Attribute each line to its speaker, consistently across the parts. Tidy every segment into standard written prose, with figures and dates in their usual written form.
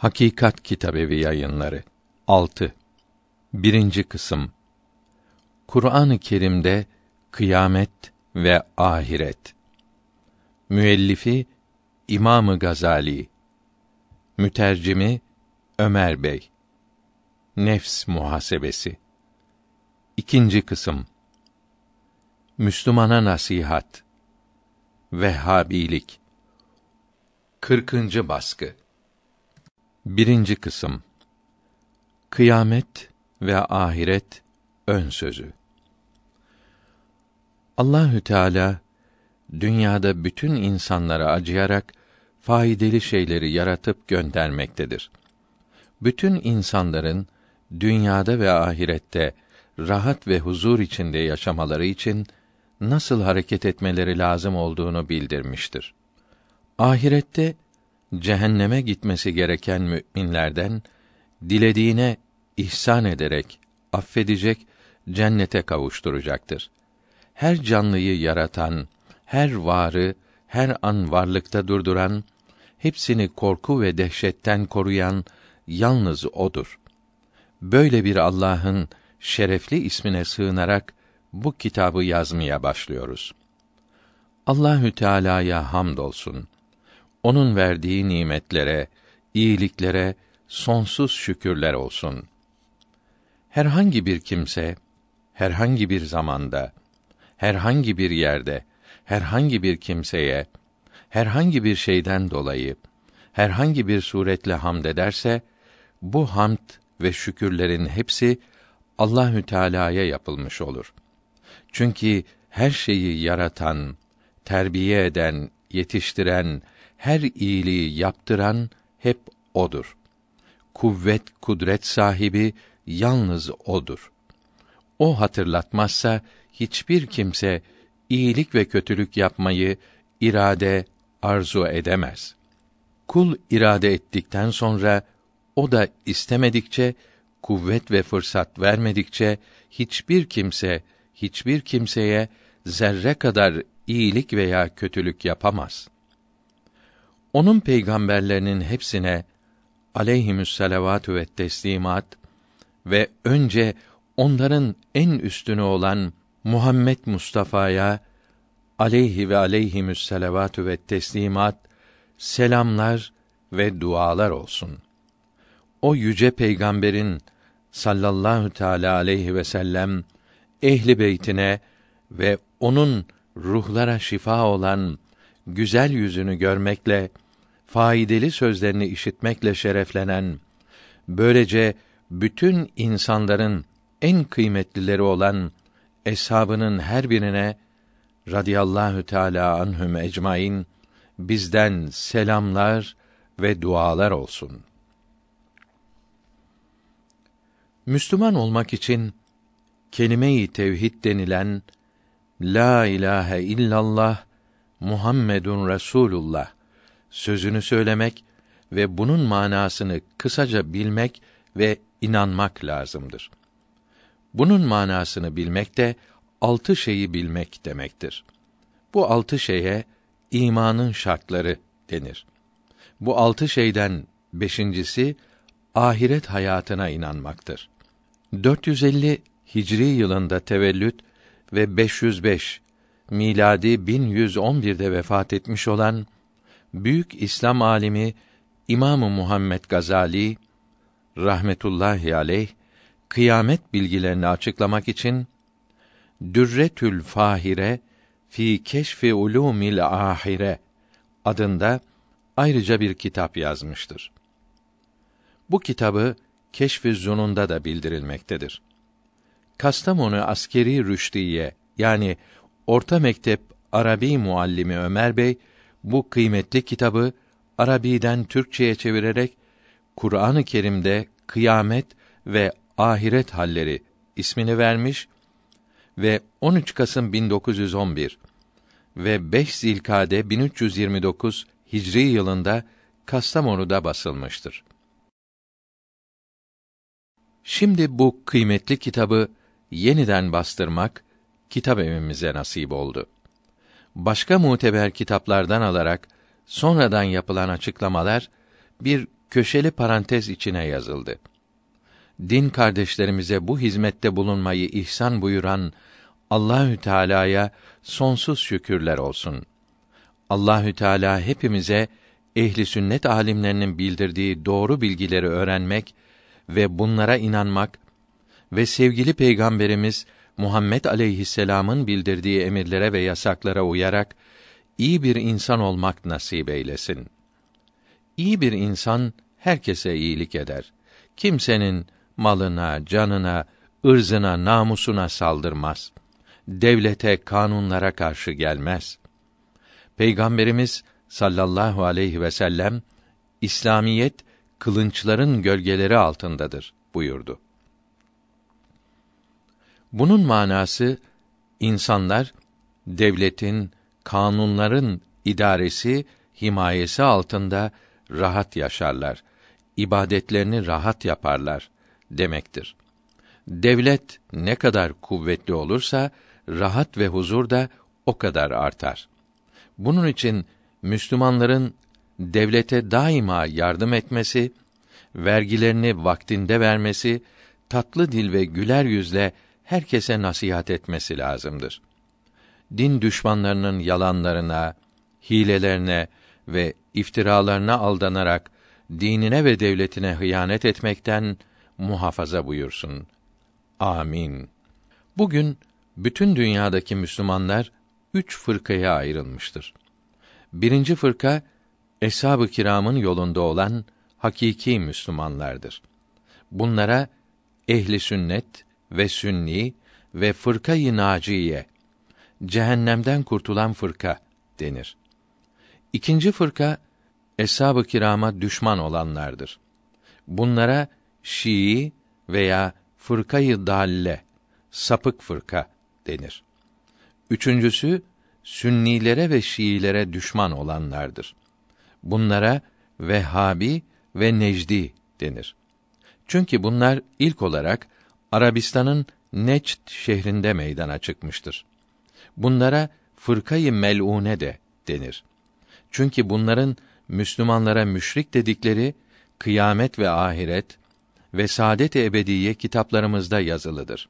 Speaker 1: Hakikat Kitabevi Yayınları 6. 1. Kısım. Kur'an-ı Kerim'de kıyamet ve ahiret. Müellifi İmam-ı Gazali. Mütercimi Ömer Bey. Nefs muhasebesi. 2. Kısım. Müslümana nasihat. Vehhabilik. 40. baskı. 1. kısım. Kıyamet ve ahiret ön sözü. Allahü Teala dünyada bütün insanlara acıyarak faydalı şeyleri yaratıp göndermektedir. Bütün insanların dünyada ve ahirette rahat ve huzur içinde yaşamaları için nasıl hareket etmeleri lazım olduğunu bildirmiştir. Ahirette cehenneme gitmesi gereken müminlerden dilediğine ihsan ederek affedecek, cennete kavuşturacaktır. Her canlıyı yaratan, her varı her an varlıkta durduran, hepsini korku ve dehşetten koruyan yalnız odur. Böyle bir Allah'ın şerefli ismine sığınarak bu kitabı yazmaya başlıyoruz. Allahü Teala'ya hamdolsun. Onun verdiği nimetlere, iyiliklere sonsuz şükürler olsun. Herhangi bir kimse, herhangi bir zamanda, herhangi bir yerde, herhangi bir kimseye, herhangi bir şeyden dolayı, herhangi bir suretle hamd ederse, bu hamd ve şükürlerin hepsi Allahü Teala'ya yapılmış olur. Çünkü her şeyi yaratan, terbiye eden, yetiştiren, her iyiliği yaptıran hep odur. Kuvvet, kudret sahibi yalnız odur. O hatırlatmazsa hiçbir kimse iyilik ve kötülük yapmayı irade, arzu edemez. Kul irade ettikten sonra o da istemedikçe, kuvvet ve fırsat vermedikçe hiçbir kimse hiçbir kimseye zerre kadar iyilik veya kötülük yapamaz. Onun peygamberlerinin hepsine aleyhimüsselavatü ve teslimat ve önce onların en üstünü olan Muhammed Mustafa'ya aleyhi ve aleyhimüsselavatü ve teslimat selamlar ve dualar olsun. O yüce peygamberin sallallahu teâlâ aleyhi ve sellem ehli beytine ve onun ruhlara şifa olan güzel yüzünü görmekle, faydalı sözlerini işitmekle şereflenen, böylece bütün insanların en kıymetlileri olan eshabının her birine radıyallahu teâlâ anhum ecmaîn bizden selamlar ve dualar olsun. Müslüman olmak için kelime-i tevhid denilen la ilahe illallah Muhammedun Resulullah sözünü söylemek ve bunun manasını kısaca bilmek ve inanmak lazımdır. Bunun manasını bilmek de 6 şeyi bilmek demektir. Bu 6 şeye imanın şartları denir. Bu 6 şeyden 5.'si ahiret hayatına inanmaktır. 450 Hicri yılında tevellüt ve 505 miladi 1111'de vefat etmiş olan büyük İslam alimi İmam-ı Muhammed Gazali rahmetullahi aleyh kıyamet bilgilerini açıklamak için Dürretül Fahire fi Keşfi Ulûmil Âhire adında ayrıca bir kitap yazmıştır. Bu kitabı Keşf-i Zunun'da da bildirilmektedir. Kastamonu Askeri Rüştiye yani Orta Mektep Arabi muallimi Ömer Bey bu kıymetli kitabı Arabi'den Türkçeye çevirerek Kur'an-ı Kerim'de kıyamet ve ahiret halleri ismini vermiş ve 13 Kasım 1911 ve 5 Zilkade 1329 Hicri yılında Kastamonu'da basılmıştır. Şimdi bu kıymetli kitabı yeniden bastırmak kitap evimize nasip oldu. Başka muteber kitaplardan alarak sonradan yapılan açıklamalar bir köşeli parantez içine yazıldı. Din kardeşlerimize bu hizmette bulunmayı ihsan buyuran Allahü Teala'ya sonsuz şükürler olsun. Allahü Teala hepimize ehli sünnet alimlerinin bildirdiği doğru bilgileri öğrenmek ve bunlara inanmak ve sevgili Peygamberimiz Muhammed aleyhisselam'ın bildirdiği emirlere ve yasaklara uyarak iyi bir insan olmak nasip eylesin. İyi bir insan herkese iyilik eder. Kimsenin malına, canına, ırzına, namusuna saldırmaz. Devlete, kanunlara karşı gelmez. Peygamberimiz sallallahu aleyhi ve sellem, İslamiyet kılınçların gölgeleri altındadır buyurdu. Bunun manası, insanlar devletin, kanunların idaresi, himayesi altında rahat yaşarlar, ibadetlerini rahat yaparlar demektir. Devlet ne kadar kuvvetli olursa, rahat ve huzur da o kadar artar. Bunun için Müslümanların devlete daima yardım etmesi, vergilerini vaktinde vermesi, tatlı dil ve güler yüzle herkese nasihat etmesi lazımdır. Din düşmanlarının yalanlarına, hilelerine ve iftiralarına aldanarak dinine ve devletine hıyanet etmekten muhafaza buyursun. Amin. Bugün bütün dünyadaki Müslümanlar 3 fırkaya ayrılmıştır. Birinci fırka, Eshab-ı Kiram'ın yolunda olan hakiki Müslümanlardır. Bunlara ehli sünnet ve sünni ve fırka-i nâciye, cehennemden kurtulan fırka denir. İkinci fırka, Eshab-ı Kiram'a düşman olanlardır. Bunlara Şii veya fırka-i dalle, sapık fırka denir. Üçüncüsü, Sünnilere ve Şiilere düşman olanlardır. Bunlara Vehhabi ve Necdi denir. Çünkü bunlar ilk olarak Arabistan'ın Necd şehrinde meydana çıkmıştır. Bunlara fırka-i mel'une de denir. Çünkü bunların Müslümanlara müşrik dedikleri kıyamet ve ahiret ve saadet-i ebediye kitaplarımızda yazılıdır.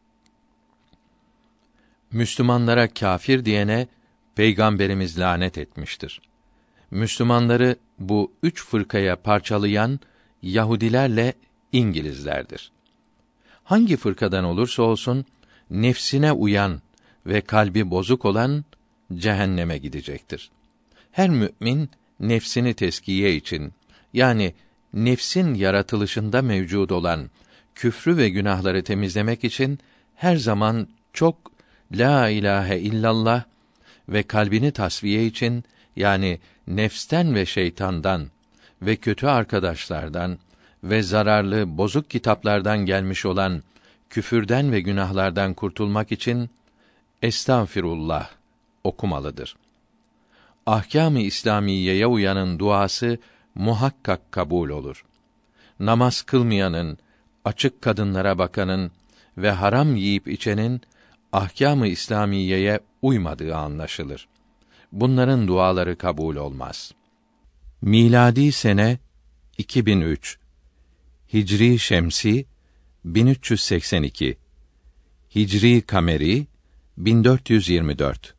Speaker 1: Müslümanlara kâfir diyene Peygamberimiz lanet etmiştir. Müslümanları bu 3 fırkaya parçalayan Yahudilerle İngilizlerdir. Hangi fırkadan olursa olsun nefsine uyan ve kalbi bozuk olan cehenneme gidecektir. Her mümin nefsini teskiye için, yani nefsin yaratılışında mevcud olan küfrü ve günahları temizlemek için her zaman çok la ilahe illallah ve kalbini tasfiye için, yani nefsten ve şeytandan ve kötü arkadaşlardan ve zararlı bozuk kitaplardan gelmiş olan küfürden ve günahlardan kurtulmak için Estağfirullah okumalıdır. Ahkâm-ı İslamiyeye uyanın duası muhakkak kabul olur. Namaz kılmayanın, açık kadınlara bakanın ve haram yiyip içenin ahkâm-ı İslamiyeye uymadığı anlaşılır. Bunların duaları kabul olmaz. Miladi sene 2003, Hicri şemsi 1382, Hicri kameri 1424.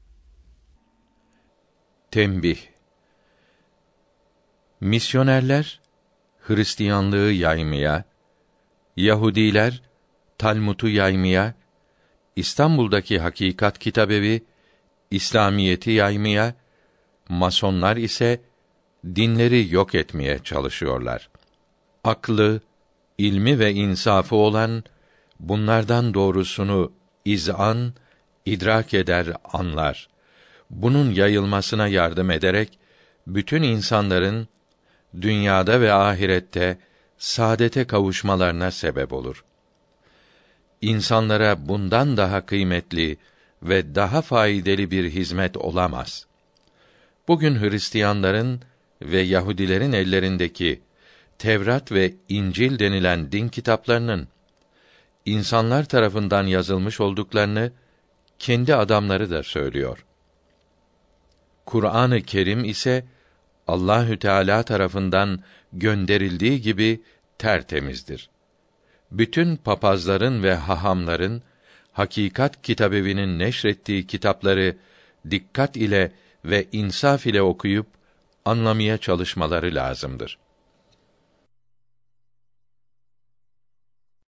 Speaker 1: Tembih. Misyonerler Hristiyanlığı yaymaya, Yahudiler Talmud'u yaymaya, İstanbul'daki Hakikat Kitabevi İslamiyeti yaymaya, Masonlar ise dinleri yok etmeye çalışıyorlar. Aklı, ilmi ve insafı olan bunlardan doğrusunu izan, idrak eder, anlar. Bunun yayılmasına yardım ederek bütün insanların dünyada ve ahirette saadete kavuşmalarına sebep olur. İnsanlara bundan daha kıymetli ve daha faydalı bir hizmet olamaz. Bugün Hristiyanların ve Yahudilerin ellerindeki Tevrat ve İncil denilen din kitaplarının insanlar tarafından yazılmış olduklarını kendi adamları da söylüyor. Kur'an-ı Kerim ise Allahü Teala tarafından gönderildiği gibi tertemizdir. Bütün papazların ve hahamların Hakikat Kitabevi'nin neşrettiği kitapları dikkat ile ve insaf ile okuyup anlamaya çalışmaları lazımdır.